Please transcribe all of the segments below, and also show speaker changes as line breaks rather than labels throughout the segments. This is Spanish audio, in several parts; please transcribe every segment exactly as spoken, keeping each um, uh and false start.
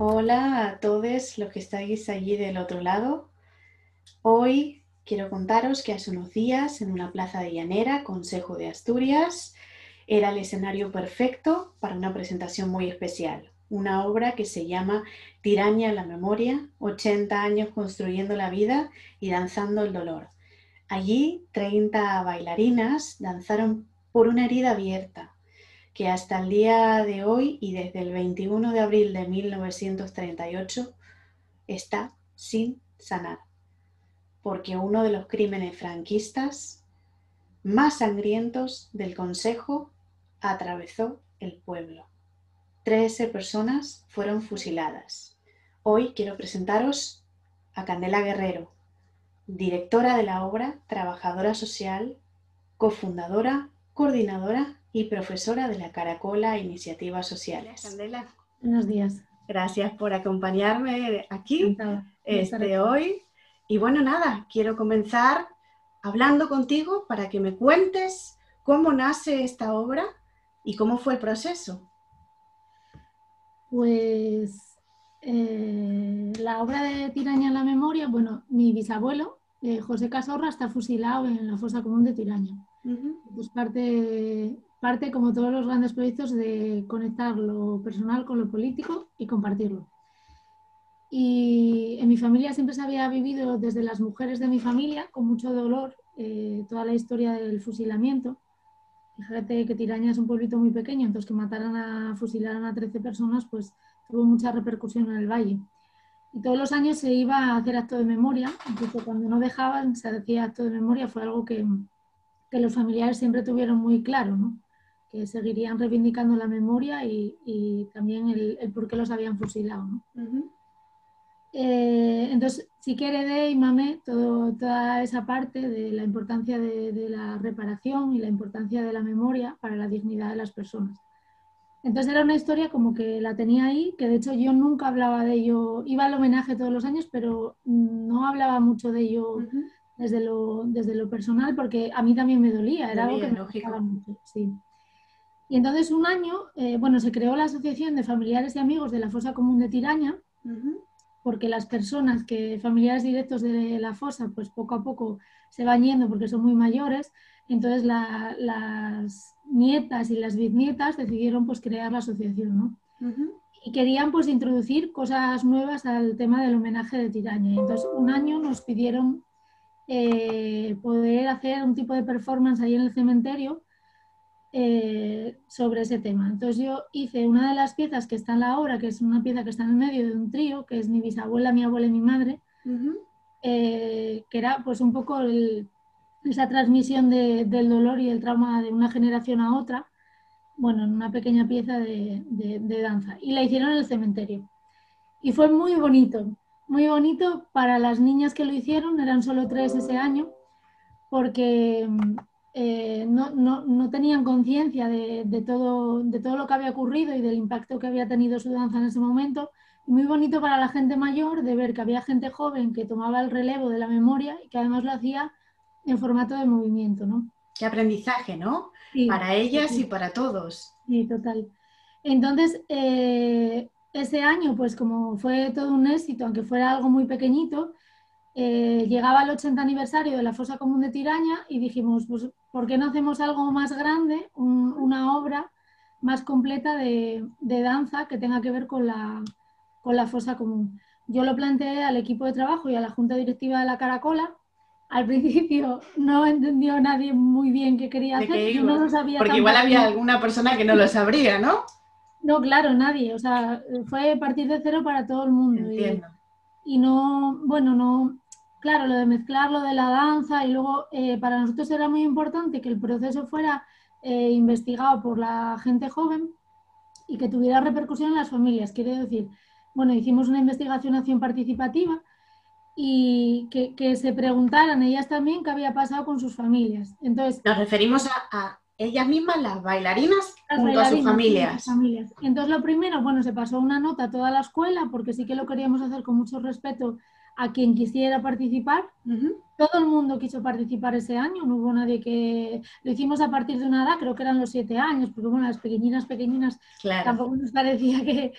Hola a todos los que estáis allí del otro lado. Hoy quiero contaros que hace unos días en una plaza de Llanera, Consejo de Asturias, era el escenario perfecto para una presentación muy especial. Una obra que se llama Tiraña en la memoria, ochenta años construyendo la vida y danzando el dolor. Allí treinta bailarinas danzaron por una herida abierta, que hasta el día de hoy y desde el veintiuno de abril de mil novecientos treinta y ocho está sin sanar, porque uno de los crímenes franquistas más sangrientos del Consejo atravesó el pueblo. Trece personas fueron fusiladas. Hoy quiero presentaros a Candela Guerrero, directora de la obra, trabajadora social, cofundadora, coordinadora y profesora de la Caracola Iniciativas Sociales. Candela,
buenos días.
Gracias por acompañarme aquí
Encantada
este, hoy. Y bueno, nada, quiero comenzar hablando contigo para que me cuentes cómo nace esta obra y cómo fue el proceso.
Pues eh, la obra de Tiraña en la memoria, bueno, mi bisabuelo, eh, José Casorra, está fusilado en la fosa común de Tiraña. Uh-huh. Pues parte, parte, como todos los grandes proyectos, de conectar lo personal con lo político y compartirlo. Y en mi familia siempre se había vivido, desde las mujeres de mi familia, con mucho dolor, eh, toda la historia del fusilamiento. Fíjate que Tiraña es un pueblito muy pequeño, entonces que mataran a, fusilaran a trece personas, pues tuvo mucha repercusión en el valle. Y todos los años se iba a hacer acto de memoria, incluso cuando no dejaban, se hacía acto de memoria, fue algo que, que los familiares siempre tuvieron muy claro, ¿no? Que seguirían reivindicando la memoria y, y también el, el por qué los habían fusilado, ¿no? Uh-huh. Eh, entonces sí que heredé y mamé todo, toda esa parte de la importancia de, de la reparación y la importancia de la memoria para la dignidad de las personas. Entonces era una historia como que la tenía ahí, que de hecho yo nunca hablaba de ello, iba al homenaje todos los años, pero no hablaba mucho de ello uh-huh. desde, lo, desde lo personal, porque a mí también me dolía, era dolía, algo que me gustaba mucho. Sí. Y entonces un año, eh, bueno, se creó la Asociación de Familiares y Amigos de la Fosa Común de Tiraña, uh-huh. porque las personas que, familiares directos de la fosa, pues poco a poco se van yendo porque son muy mayores, entonces la, las nietas y las bisnietas decidieron pues crear la asociación, ¿no? Uh-huh. Y querían pues introducir cosas nuevas al tema del homenaje de Tiraña. Y entonces un año nos pidieron eh, poder hacer un tipo de performance ahí en el cementerio Eh, sobre ese tema. Entonces yo hice una de las piezas que está en la obra, que es una pieza que está en el medio de un trío, que es mi bisabuela, mi abuela y mi madre, uh-huh. eh, que era pues un poco el, esa transmisión de, del dolor y el trauma de una generación a otra, bueno, en una pequeña pieza de, de, de danza. Y la hicieron en el cementerio. Y fue muy bonito, muy bonito para las niñas que lo hicieron, eran solo tres ese año, porque Eh, no, no, no tenían conciencia de, de, todo, de todo lo que había ocurrido y del impacto que había tenido su danza en ese momento. Y muy bonito para la gente mayor de ver que había gente joven que tomaba el relevo de la memoria y que además lo hacía en formato de movimiento, ¿no?
Qué aprendizaje, ¿no? Sí, para ellas sí, y para todos.
Sí, total. Entonces, eh, ese año, pues como fue todo un éxito, aunque fuera algo muy pequeñito, Eh, llegaba el ochenta aniversario de la Fosa Común de Tiraña y dijimos, pues, ¿por qué no hacemos algo más grande, un, una obra más completa de, de danza que tenga que ver con la, con la Fosa Común? Yo lo planteé al equipo de trabajo y a la junta directiva de la Caracola. Al principio no entendió nadie muy bien qué quería hacer. Yo no lo sabía.
Porque igual había alguna persona que no lo sabría, ¿no?
No, claro, nadie. O sea, fue partir de cero para todo el mundo.
Entiendo.
Y, y no, bueno, no... Claro, lo de mezclar lo de la danza y luego eh, para nosotros era muy importante que el proceso fuera eh, investigado por la gente joven y que tuviera repercusión en las familias. Quiere decir, bueno, hicimos una investigación acción participativa y que, que se preguntaran ellas también qué había pasado con sus familias. Entonces,
nos referimos a, a ellas mismas, las bailarinas,
las
junto
bailarinas,
a sus familias.
sus familias. Entonces, lo primero, bueno, se pasó una nota a toda la escuela porque sí que lo queríamos hacer con mucho respeto a quien quisiera participar. Uh-huh. Todo el mundo quiso participar ese año, no hubo nadie que... Lo hicimos a partir de una edad, creo que eran los siete años, porque bueno, las pequeñinas, pequeñinas, claro. Tampoco nos parecía que...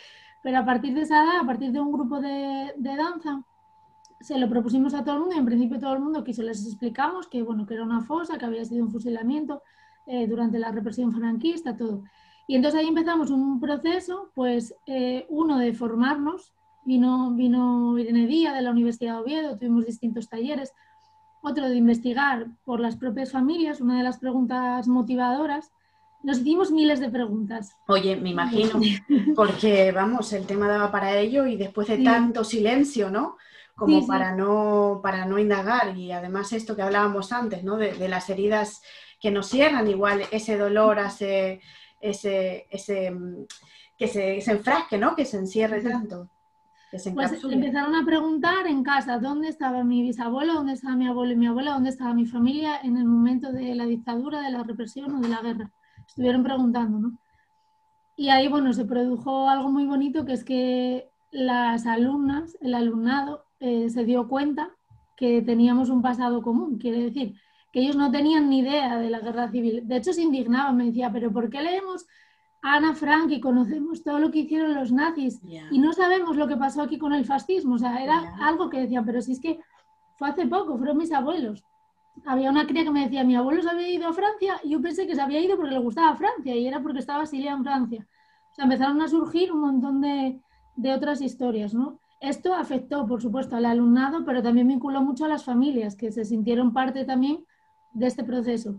Pero a partir de esa edad, a partir de un grupo de, de danza, se lo propusimos a todo el mundo y en principio todo el mundo quiso. Les explicamos que, bueno, que era una fosa, que había sido un fusilamiento eh, durante la represión franquista, todo. Y entonces ahí empezamos un proceso, pues eh, uno de formarnos, vino, vino Irene Díaz de la Universidad de Oviedo, tuvimos distintos talleres, otro de investigar por las propias familias, una de las preguntas motivadoras. Nos hicimos miles de preguntas.
Oye, me imagino, porque vamos, el tema daba para ello y después de
Sí.
tanto silencio, ¿no? Como
Sí, sí.
para no, para no indagar, y además esto que hablábamos antes, ¿no? De, de las heridas que nos cierran, igual ese dolor hace ese, ese que se, se enfrasque, ¿no? Que se encierre
Sí.
tanto, que se
Pues
encapsule.
empezaron a preguntar en casa dónde estaba mi bisabuelo, dónde estaba mi abuelo y mi abuela, dónde estaba mi familia en el momento de la dictadura, de la represión o de la guerra. Estuvieron preguntando, ¿no? Y ahí, bueno, se produjo algo muy bonito, que es que las alumnas, el alumnado, eh, se dio cuenta que teníamos un pasado común. Quiere decir, que ellos no tenían ni idea de la guerra civil. De hecho, se indignaban, me decía, pero ¿por qué leemos a Ana Frank y conocemos todo lo que hicieron los nazis
Yeah.
y no sabemos lo que pasó aquí con el fascismo? O sea, era
Yeah.
algo que decían, pero si es que fue hace poco, fueron mis abuelos. Había una cría que me decía, mi abuelo se había ido a Francia y yo pensé que se había ido porque le gustaba Francia y era porque estaba exiliado en Francia. O sea, empezaron a surgir un montón de, de otras historias, ¿no? Esto afectó, por supuesto, al alumnado, pero también vinculó mucho a las familias, que se sintieron parte también de este proceso.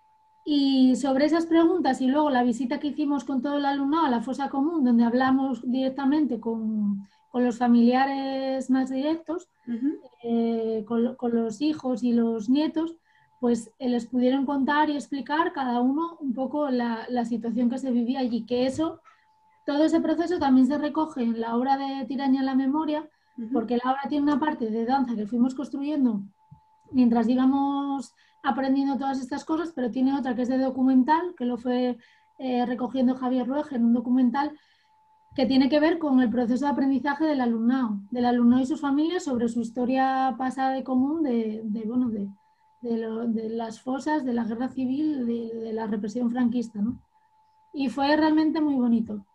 Y sobre esas preguntas y luego la visita que hicimos con todo el alumnado a la fosa común, donde hablamos directamente con, con los familiares más directos, uh-huh. eh, con, con los hijos y los nietos, pues eh, les pudieron contar y explicar cada uno un poco la, la situación que se vivía allí, que eso, todo ese proceso también se recoge en la obra de Tiraña en la memoria, uh-huh. porque la obra tiene una parte de danza que fuimos construyendo mientras íbamos aprendiendo todas estas cosas, pero tiene otra que es de documental, que lo fue eh, recogiendo Javier Rueje en un documental que tiene que ver con el proceso de aprendizaje del alumnado, del alumnado y sus familias sobre su historia pasada y común de, de, bueno, de, de, lo, de las fosas, de la guerra civil, de, de la represión franquista, ¿no? Y fue realmente muy bonito.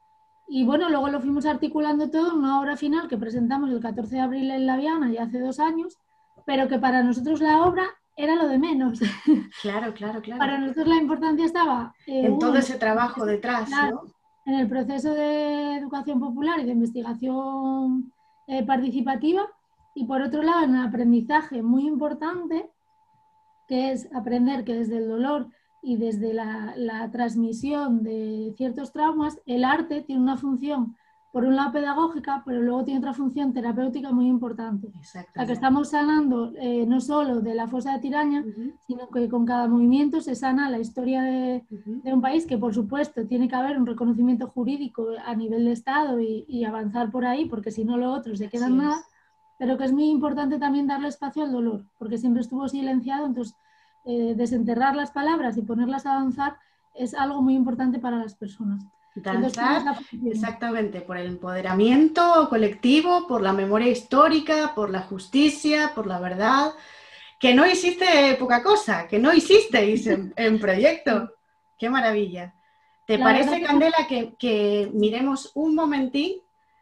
Y bueno, luego lo fuimos articulando todo en una obra final que presentamos el catorce de abril en La Viana, ya hace dos años, pero que para nosotros la obra era lo de menos.
Claro, claro, claro.
Para nosotros la importancia estaba...
Eh, en uno, todo ese trabajo detrás,
claro,
¿no?
En el proceso de educación popular y de investigación eh, participativa, y por otro lado en el aprendizaje muy importante, que es aprender que desde el dolor y desde la, la transmisión de ciertos traumas, el arte tiene una función, por un lado pedagógica, pero luego tiene otra función terapéutica muy importante. O sea, que estamos sanando eh, no solo de la fosa de Tiraña, uh-huh. sino que con cada movimiento se sana la historia de, uh-huh. de un país, que por supuesto tiene que haber un reconocimiento jurídico a nivel de Estado y, y avanzar por ahí, porque si no lo otro se queda en nada, pero que es muy importante también darle espacio al dolor, porque siempre estuvo silenciado, entonces eh, desenterrar las palabras y ponerlas a danzar es algo muy importante para las personas.
Danzar, exactamente, por el empoderamiento colectivo, por la memoria histórica, por la justicia, por la verdad, que no hiciste poca cosa, que no hicisteis en, en proyecto. ¡Qué maravilla! ¿Te la parece, Candela, que, que miremos un momentín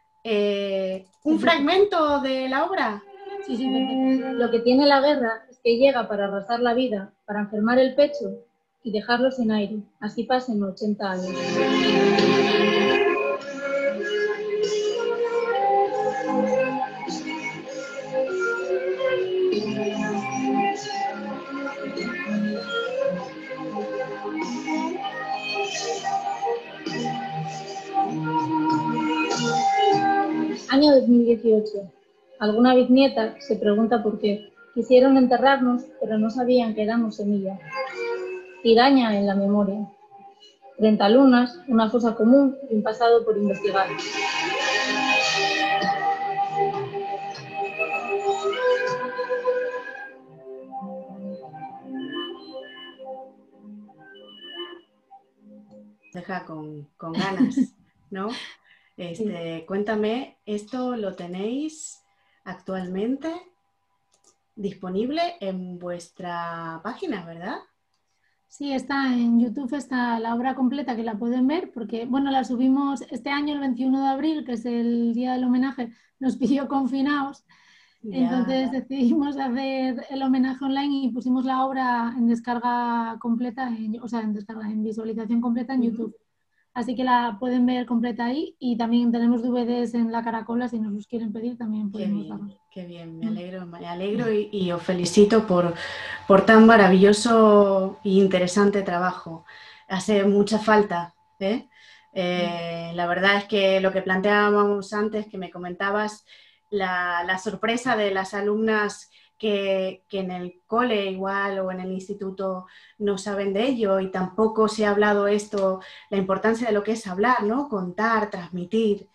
eh, un sí, fragmento de la obra?
Sí, sí, perfecto. Lo que tiene la guerra es que llega para arrasar la vida, para enfermar el pecho y dejarlo sin aire. Así pasen ochenta años. Año dos mil dieciocho. Alguna bisnieta se pregunta por qué. Quisieron enterrarnos, pero no sabían que éramos semillas. Tiraña en la memoria. treinta lunas, una fosa común y un pasado por investigar.
Deja con, con ganas, ¿no? Este, sí. Cuéntame, ¿esto lo tenéis actualmente disponible en vuestra página, verdad?
Sí, está en YouTube, está la obra completa que la pueden ver, porque bueno, la subimos este año, el veintiuno de abril, que es el día del homenaje, nos pidió confinados,
Ya,
entonces decidimos hacer el homenaje online y pusimos la obra en descarga completa, en- o sea, en descarga, en visualización completa en
ujú.
YouTube. Así que la pueden ver completa ahí y también tenemos D V Ds en la Caracola, si nos los quieren pedir también
Qué
podemos
bien,
darlos.
qué bien, me
Mm.
alegro, me alegro y, y os felicito por, por tan maravilloso e interesante trabajo. Hace mucha falta, ¿eh? Eh, la verdad es que lo que planteábamos antes, que me comentabas, la, la sorpresa de las alumnas que, que en el cole igual o en el instituto no saben de ello y tampoco se ha hablado esto, la importancia de lo que es hablar, ¿no? Contar, transmitir.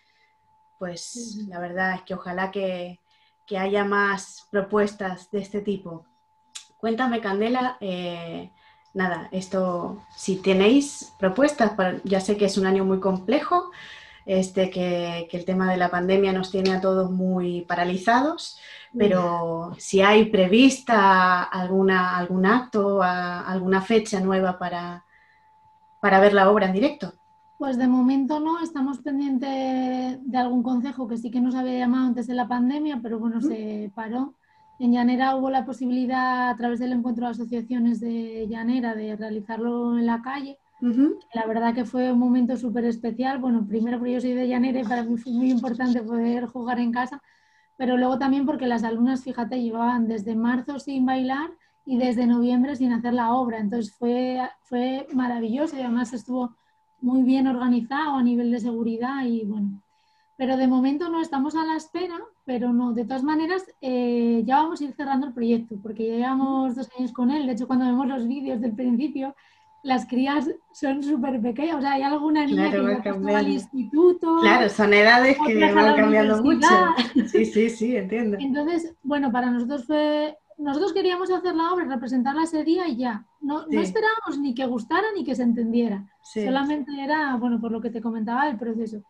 Sí,
Pues
sí.
la verdad es que ojalá que, que haya más propuestas de este tipo. Cuéntame, Candela, eh, nada, esto, si tenéis propuestas, para, ya sé que es un año muy complejo, este, que, que el tema de la pandemia nos tiene a todos muy paralizados,
Uf.
pero si hay prevista alguna, algún acto, a, alguna fecha nueva para, para ver la obra en directo.
Pues de momento no, estamos pendientes de algún consejo que sí que nos había llamado antes de la pandemia, pero bueno, se paró. En Llanera hubo la posibilidad, a través del encuentro de asociaciones de Llanera, de realizarlo en la calle.
Uh -huh.
La verdad que fue un momento súper especial. Bueno, primero porque yo soy de Llanera y para mí fue muy importante poder jugar en casa, pero luego también porque las alumnas, fíjate, llevaban desde marzo sin bailar y desde noviembre sin hacer la obra. Entonces fue, fue maravilloso y además estuvo muy bien organizado a nivel de seguridad y bueno. Pero de momento no estamos a la espera, pero no, de todas maneras eh, ya vamos a ir cerrando el proyecto porque ya llevamos dos años con él. De hecho, cuando vemos los vídeos del principio, las crías son súper pequeñas. O sea, hay alguna niña
Claro,
que
va
ya pasó al
cambiando.
instituto,
Claro, son edades que
otras a
van
la
cambiando mucho.
universidad.
Sí, sí, sí, entiendo.
Entonces, bueno, para nosotros fue, nosotros queríamos hacer la obra, representarla ese día y ya. No, no
Sí,
esperábamos ni que gustara ni que se entendiera.
sí.
Solamente era, bueno, por lo que te comentaba, el proceso.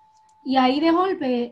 Y ahí de golpe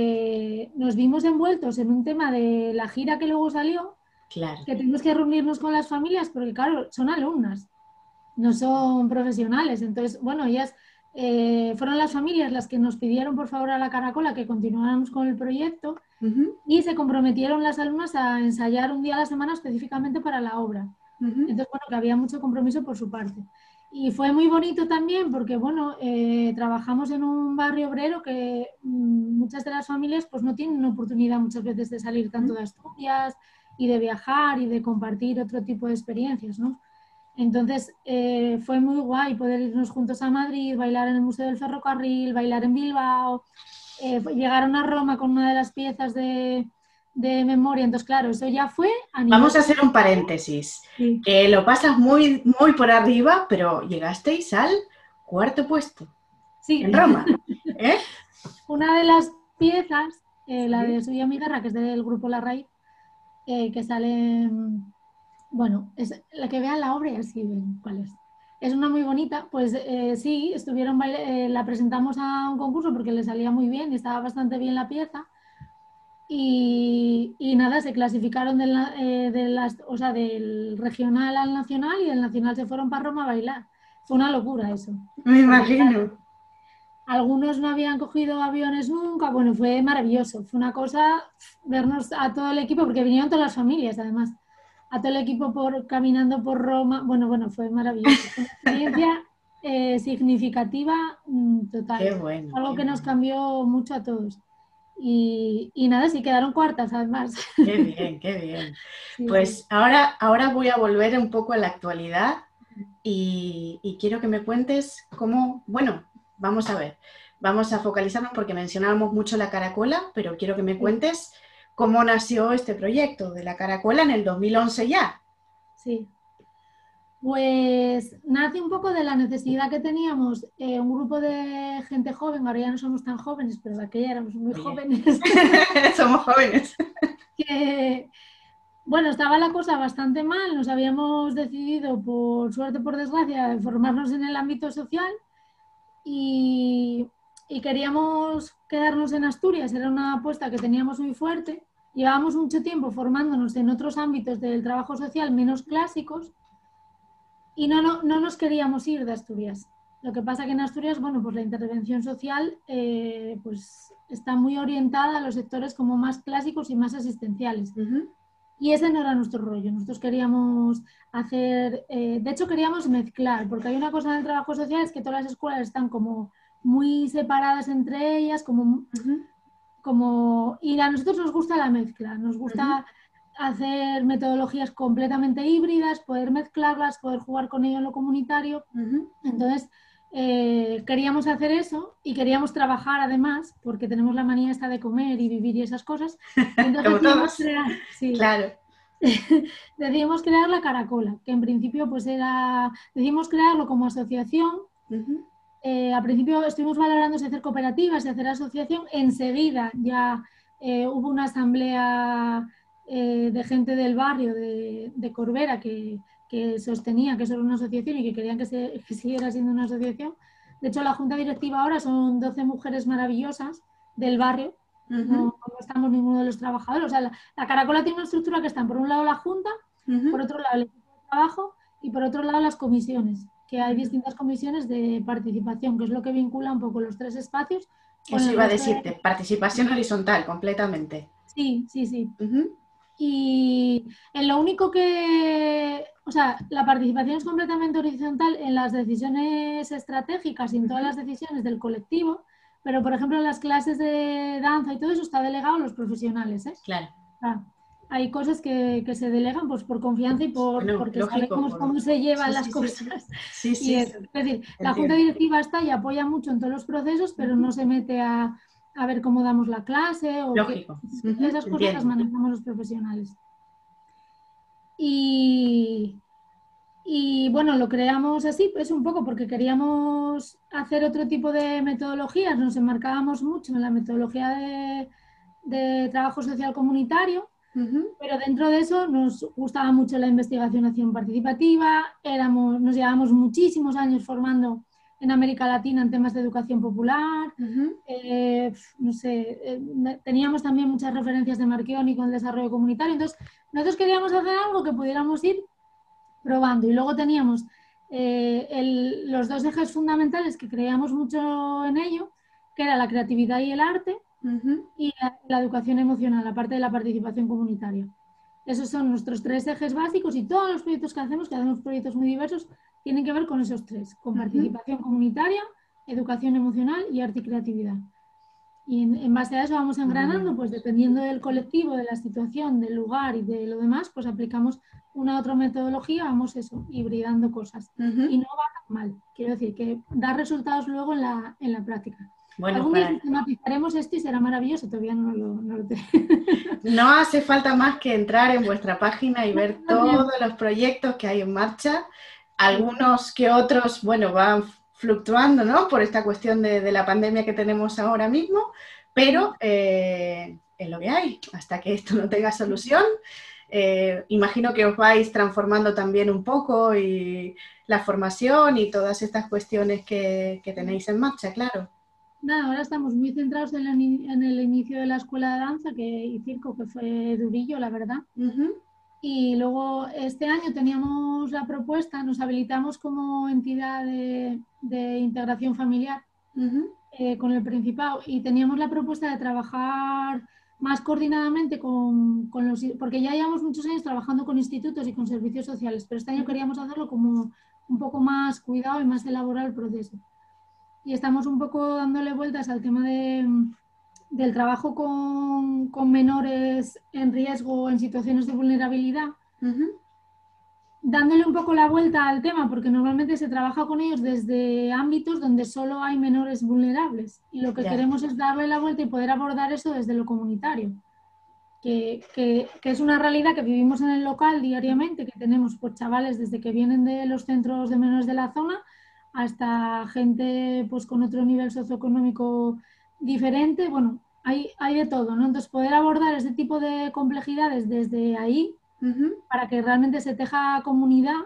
eh, nos vimos envueltos en un tema de la gira que luego salió,
Claro.
que tuvimos que reunirnos con las familias, porque claro, son alumnas, no son profesionales. Entonces, bueno, ellas eh, fueron las familias las que nos pidieron por favor a la Caracola que continuáramos con el proyecto
Uh -huh,
y se comprometieron las alumnas a ensayar un día a la semana específicamente para la obra.
uh -huh.
Entonces, bueno, que había mucho compromiso por su parte. Y fue muy bonito también porque, bueno, eh, trabajamos en un barrio obrero que mmm, muchas de las familias pues no tienen oportunidad muchas veces de salir tanto de Asturias y de viajar y de compartir otro tipo de experiencias, ¿no? Entonces eh, fue muy guay poder irnos juntos a Madrid, bailar en el Museo del Ferrocarril, bailar en Bilbao, eh, llegaron a Roma con una de las piezas de, de memoria. Entonces, claro, eso ya fue a nivel
Vamos a
de...
hacer un paréntesis.
Sí.
Que lo pasas muy, muy por arriba, pero llegasteis al cuarto puesto
Sí.
en Roma. ¿Eh?
Una de las piezas, eh, la
Sí.
de Suya Mi Guerra, que es del grupo La Raíz, eh, que sale, bueno, es la que vean la obra y así ven cuál es. Es una muy bonita, pues eh, sí, estuvieron, eh, la presentamos a un concurso porque le salía muy bien y estaba bastante bien la pieza. Y, y nada, se clasificaron de la, eh, de las, o sea, del regional al nacional y del nacional se fueron para Roma a bailar. Fue una locura eso.
Me
Porque
imagino.
claro, algunos no habían cogido aviones nunca. Bueno, fue maravilloso. Fue una cosa vernos a todo el equipo, porque vinieron todas las familias además, a todo el equipo por, caminando por Roma. Bueno, bueno, fue maravilloso. Fue una experiencia eh, significativa mmm,
Qué
total.
bueno,
Algo
qué
que nos
bueno.
cambió mucho a todos. Y, y nada, sí quedaron cuartas además.
Qué bien, qué bien.
Sí, sí.
Pues ahora, ahora voy a volver un poco a la actualidad y, y quiero que me cuentes cómo, bueno, vamos a ver, vamos a focalizarnos porque mencionábamos mucho la Caracola, pero quiero que me
Sí,
cuentes cómo nació este proyecto de la Caracola en el dos mil once ya.
sí. Pues nace un poco de la necesidad que teníamos eh, un grupo de gente joven, ahora ya no somos tan jóvenes, pero de aquella éramos muy
Oye,
jóvenes,
somos jóvenes.
que, bueno, estaba la cosa bastante mal, nos habíamos decidido, por suerte o por desgracia, formarnos en el ámbito social y, y queríamos quedarnos en Asturias, era una apuesta que teníamos muy fuerte, llevábamos mucho tiempo formándonos en otros ámbitos del trabajo social menos clásicos. y no, no, no nos queríamos ir de Asturias. Lo que pasa que en Asturias, bueno, pues la intervención social eh, pues está muy orientada a los sectores como más clásicos y más asistenciales.
Uh-huh.
Y ese no era nuestro rollo. Nosotros queríamos hacer, eh, de hecho queríamos mezclar, porque hay una cosa en el trabajo social, es que todas las escuelas están como muy separadas entre ellas, como, uh-huh. como y a nosotros nos gusta la mezcla, nos gusta uh-huh. hacer metodologías completamente híbridas, poder mezclarlas, poder jugar con ello en lo comunitario. Uh-huh. Entonces, Eh, queríamos hacer eso y queríamos trabajar además, porque tenemos la manía esta de comer y vivir y esas cosas. Y entonces
Como todos.
Crear, sí,
claro.
decidimos crear la Caracola, que en principio pues era, decidimos crearlo como asociación. Uh-huh. Eh, al principio estuvimos valorando si hacer cooperativas, si hacer asociación. Enseguida ya eh, hubo una asamblea eh, de gente del barrio de, de Corbera que que sostenía que eso era una asociación y que querían que, se, que siguiera siendo una asociación. De hecho, la junta directiva ahora son doce mujeres maravillosas del barrio, uh-huh. no, no estamos ninguno de los trabajadores. O sea, la, la Caracola tiene una estructura que están por un lado la junta, uh-huh. por otro lado el equipo de trabajo y por otro lado las comisiones, que hay uh-huh. distintas comisiones de participación, que es lo que vincula un poco los tres espacios.
Eso iba a decirte, de... participación horizontal completamente.
Sí, sí, sí. Uh-huh. Y en lo único que, o sea, la participación es completamente horizontal en las decisiones estratégicas y en todas las decisiones del colectivo, pero por ejemplo en las clases de danza y todo eso está delegado a los profesionales, ¿eh?
Claro.
Ah, hay cosas que, que se delegan pues, por confianza y por, bueno, porque lógico, sabemos por... cómo se llevan sí, las sí, cosas.
Sí, sí.
Y es, es decir, la junta directiva está y apoya mucho en todos los procesos, pero no se mete a... a ver cómo damos la clase o
lógico.
Que, uh-huh, esas cosas entiendo. Las manejamos los profesionales. Y, y bueno, lo creamos así, pues un poco porque queríamos hacer otro tipo de metodologías, nos enmarcábamos mucho en la metodología de, de trabajo social comunitario, uh-huh. pero dentro de eso nos gustaba mucho la investigación acción participativa, éramos, nos llevábamos muchísimos años formando en América Latina en temas de educación popular, uh-huh. eh, no sé, eh, teníamos también muchas referencias de Marchionni con el desarrollo comunitario, entonces nosotros queríamos hacer algo que pudiéramos ir probando y luego teníamos eh, el, los dos ejes fundamentales que creíamos mucho en ello, que era la creatividad y el arte uh-huh. y la, la educación emocional, la parte de la participación comunitaria. Esos son nuestros tres ejes básicos y todos los proyectos que hacemos, que hacemos proyectos muy diversos, tienen que ver con esos tres, con participación uh-huh. comunitaria, educación emocional y arte y creatividad. Y en, en base a eso vamos engranando, pues dependiendo del colectivo, de la situación, del lugar y de lo demás, pues aplicamos una u otra metodología, vamos eso, hibridando cosas. Uh-huh. Y no va tan mal, quiero decir, que da resultados luego en la, en la práctica.
Bueno,
Algún
para...
día sistematizaremos esto y será maravilloso, todavía no lo, no lo tengo.
No hace falta más que entrar en vuestra página y ver todos los proyectos que hay en marcha. Algunos que otros, bueno, van fluctuando, ¿no? Por esta cuestión de, de la pandemia que tenemos ahora mismo, pero eh, es lo que hay. Hasta que esto no tenga solución, eh, imagino que os vais transformando también un poco y la formación y todas estas cuestiones que, que tenéis en marcha, claro.
Nada, ahora estamos muy centrados en, la, en el inicio de la escuela de danza que, y circo, que fue durillo, la verdad. Uh-huh. Y luego este año teníamos la propuesta, nos habilitamos como entidad de, de integración familiar uh-huh. eh, con el Principado y teníamos la propuesta de trabajar más coordinadamente con, con los... porque ya llevamos muchos años trabajando con institutos y con servicios sociales, pero este año queríamos hacerlo como un poco más cuidado y más elaborado el proceso. Y estamos un poco dándole vueltas al tema de, del trabajo con, con menores en riesgo en situaciones de vulnerabilidad, uh-huh. dándole un poco la vuelta al tema, porque normalmente se trabaja con ellos desde ámbitos donde solo hay menores vulnerables y lo que yeah. queremos es darle la vuelta y poder abordar eso desde lo comunitario, que, que, que es una realidad que vivimos en el local diariamente, que tenemos pues, chavales desde que vienen de los centros de menores de la zona hasta gente pues con otro nivel socioeconómico diferente, bueno, hay, hay de todo, ¿no? Entonces poder abordar ese tipo de complejidades desde ahí uh-huh. para que realmente se teja comunidad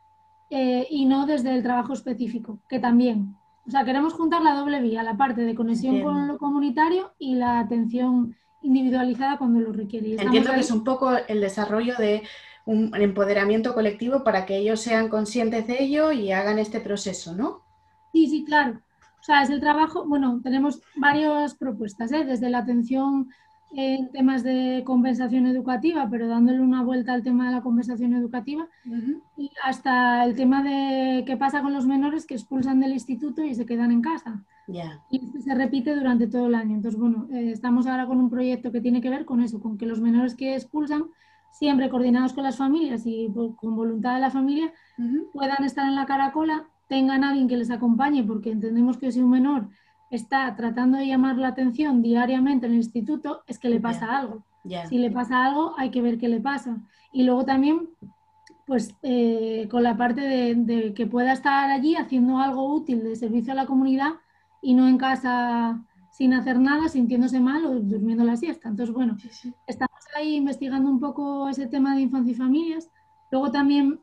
eh, y no desde el trabajo específico, que también, o sea, queremos juntar la doble vía, la parte de conexión Entiendo. Con lo comunitario y la atención individualizada cuando lo requiere.
Entiendo que es un poco el desarrollo de un empoderamiento colectivo para que ellos sean conscientes de ello y hagan este proceso, ¿no?
Sí, sí, claro. O sea, es el trabajo, bueno, tenemos varias propuestas, ¿eh? Desde la atención en temas de compensación educativa, pero dándole una vuelta al tema de la compensación educativa,
Uh-huh.
y hasta el tema de qué pasa con los menores que expulsan del instituto y se quedan en casa.
Yeah.
Y esto se repite durante todo el año. Entonces, bueno, eh, estamos ahora con un proyecto que tiene que ver con eso, con que los menores que expulsan, siempre coordinados con las familias y con voluntad de la familia, uh-huh. puedan estar en la caracola, tengan a alguien que les acompañe, porque entendemos que si un menor está tratando de llamar la atención diariamente en el instituto, es que le pasa yeah. algo. Yeah. Si le pasa algo, hay que ver qué le pasa. Y luego también, pues eh, con la parte de, de que pueda estar allí haciendo algo útil de servicio a la comunidad y no en casa sin hacer nada, sintiéndose mal o durmiendo la siesta. Entonces, bueno, sí, sí. estamos ahí investigando un poco ese tema de infancia y familias. Luego también,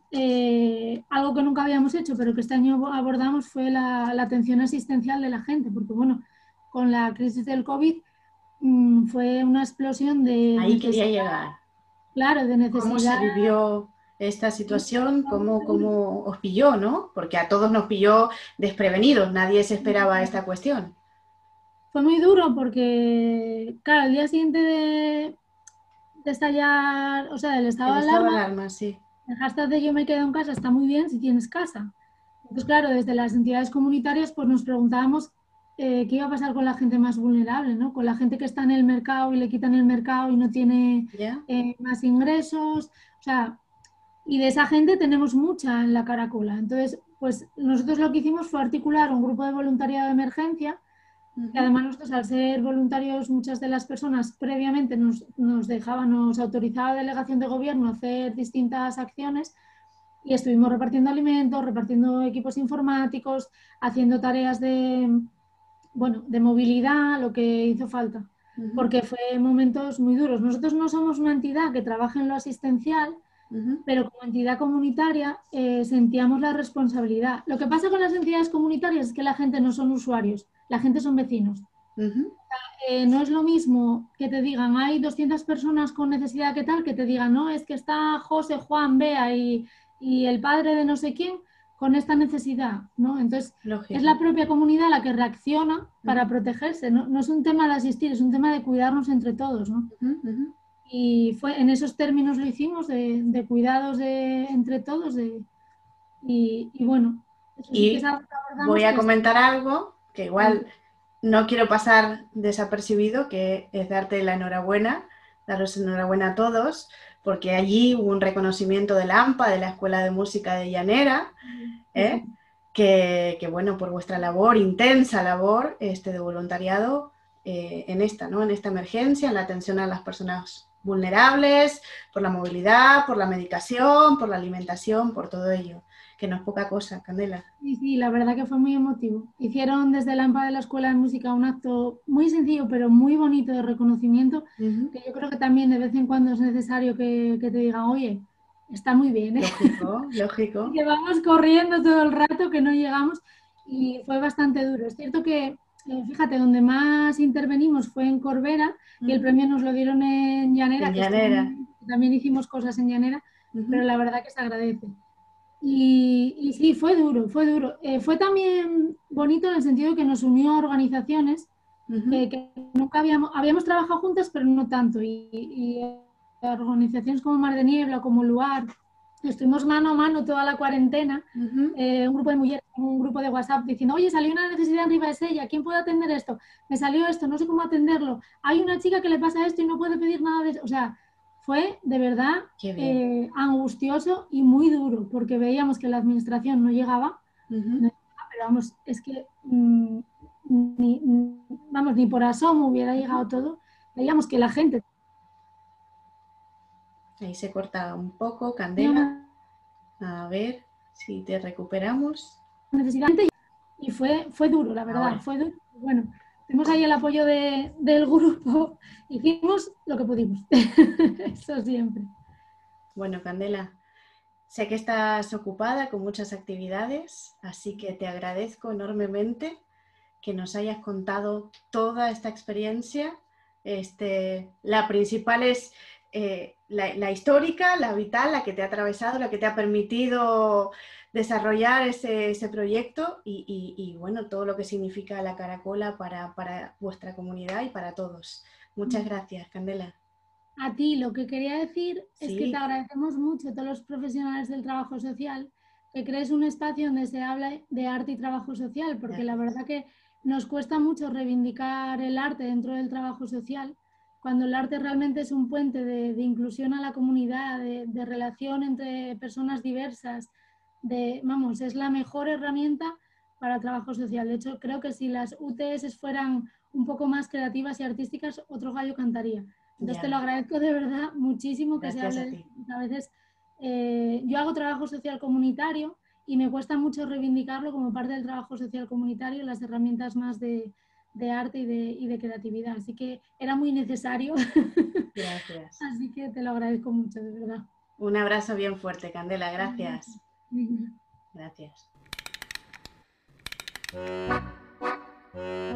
eh, algo que nunca habíamos hecho, pero que este año abordamos, fue la, la atención asistencial de la gente, porque bueno, con la crisis del COVID mmm, fue una explosión de...
Ahí quería llegar.
Claro, de necesidad.
¿Cómo se vivió esta situación? ¿Cómo, cómo os pilló, no? Porque a todos nos pilló desprevenidos, nadie se esperaba esta cuestión.
Fue muy duro porque, claro, el día siguiente de, de estallar, o sea, del estado de alarma,
alarma, sí.
el hashtag de yo me quedo en casa está muy bien si tienes casa. Entonces, claro, desde las entidades comunitarias pues nos preguntábamos eh, qué iba a pasar con la gente más vulnerable, ¿no? Con la gente que está en el mercado y le quitan el mercado y no tiene
yeah.
eh, más ingresos, o sea, y de esa gente tenemos mucha en la caracola. Entonces, pues nosotros lo que hicimos fue articular un grupo de voluntariado de emergencia. Y además nosotros, al ser voluntarios, muchas de las personas previamente nos, nos dejaban, nos autorizaba delegación de gobierno a hacer distintas acciones y estuvimos repartiendo alimentos, repartiendo equipos informáticos, haciendo tareas de, bueno, de movilidad, lo que hizo falta, uh-huh. porque fue momentos muy duros. Nosotros no somos una entidad que trabaje en lo asistencial, uh-huh. pero como entidad comunitaria eh, sentíamos la responsabilidad. Lo que pasa con las entidades comunitarias es que la gente no son usuarios, la gente son vecinos. Uh-huh. Eh, no es lo mismo que te digan hay doscientas personas con necesidad que tal, que te digan no, es que está José, Juan, Bea y, y el padre de no sé quién con esta necesidad, ¿no? Entonces Lógico. Es la propia comunidad la que reacciona para uh-huh. protegerse, ¿no? No es un tema de asistir, es un tema de cuidarnos entre todos, ¿no? Uh-huh. Uh-huh. Y fue en esos términos lo hicimos, de, de cuidados de, entre todos, de, y, y bueno.
Eso y sí que voy a comentar es... algo que igual no quiero pasar desapercibido, que es darte la enhorabuena, daros enhorabuena a todos, porque allí hubo un reconocimiento del A M P A, de la Escuela de Música de Llanera, ¿eh? uh-huh. que, que bueno, por vuestra labor, intensa labor este, de voluntariado eh, en esta, ¿no? En esta emergencia, en la atención a las personas vulnerables, por la movilidad, por la medicación, por la alimentación, por todo ello, que no es poca cosa, Candela.
Sí, sí, la verdad que fue muy emotivo. Hicieron desde el A M P A de la Escuela de Música un acto muy sencillo, pero muy bonito de reconocimiento, uh-huh. que yo creo que también de vez en cuando es necesario que, que te digan, oye, está muy bien, ¿eh?
Lógico, lógico.
Y que vamos corriendo todo el rato, que no llegamos, y fue bastante duro. Es cierto que Eh, fíjate, donde más intervenimos fue en Corbera uh-huh. y el premio nos lo dieron en Llanera,
en
que
Llanera.
Estuvo, también hicimos cosas en Llanera, uh-huh. pero la verdad que se agradece. Y, y sí, fue duro, fue duro. Eh, fue también bonito en el sentido que nos unió a organizaciones uh-huh. eh, que nunca habíamos, habíamos trabajado juntas, pero no tanto. Y, y organizaciones como Mar de Niebla, como Luar, estuvimos mano a mano toda la cuarentena, uh-huh. eh, un grupo de mujeres, un grupo de WhatsApp diciendo, oye, salió una necesidad en Ribadesella, ¿quién puede atender esto? Me salió esto, no sé cómo atenderlo. Hay una chica que le pasa esto y no puede pedir nada de eso. O sea, fue de verdad eh, angustioso y muy duro, porque veíamos que la administración no llegaba, uh-huh. no, pero vamos, es que mmm, ni, vamos, ni por asomo hubiera llegado todo. Veíamos que la gente...
Ahí se corta un poco, Candela. A ver si te recuperamos.
Y fue, fue duro, la verdad. Ahora. Fue duro. Bueno, tuvimos ahí el apoyo de, del grupo. Hicimos lo que pudimos. Eso siempre.
Bueno, Candela, sé que estás ocupada con muchas actividades, así que te agradezco enormemente que nos hayas contado toda esta experiencia. Este, la principal es eh, la, la histórica, la vital, la que te ha atravesado, la que te ha permitido desarrollar ese, ese proyecto y, y, y, bueno, todo lo que significa la Caracola para, para vuestra comunidad y para todos. Muchas gracias, Candela.
A ti lo que quería decir es que te
Sí,
agradecemos mucho a todos los profesionales del trabajo social que crees un espacio donde se habla de arte y trabajo social, porque la
gracias.
verdad que nos cuesta mucho reivindicar el arte dentro del trabajo social, cuando el arte realmente es un puente de, de inclusión a la comunidad, de, de relación entre personas diversas, de, vamos, es la mejor herramienta para el trabajo social. De hecho, creo que si las U T S fueran un poco más creativas y artísticas, otro gallo cantaría. Entonces te lo
Ya,
agradezco de verdad muchísimo que se
gracias
hable
a
de
ti.
esto. A veces eh, yo hago trabajo social comunitario y me cuesta mucho reivindicarlo como parte del trabajo social comunitario, las herramientas más de, de arte y de, y de creatividad. Así que era muy necesario.
Gracias.
Así que te lo agradezco mucho, de verdad.
Un abrazo bien fuerte, Candela. Gracias.
Venga.
Gracias.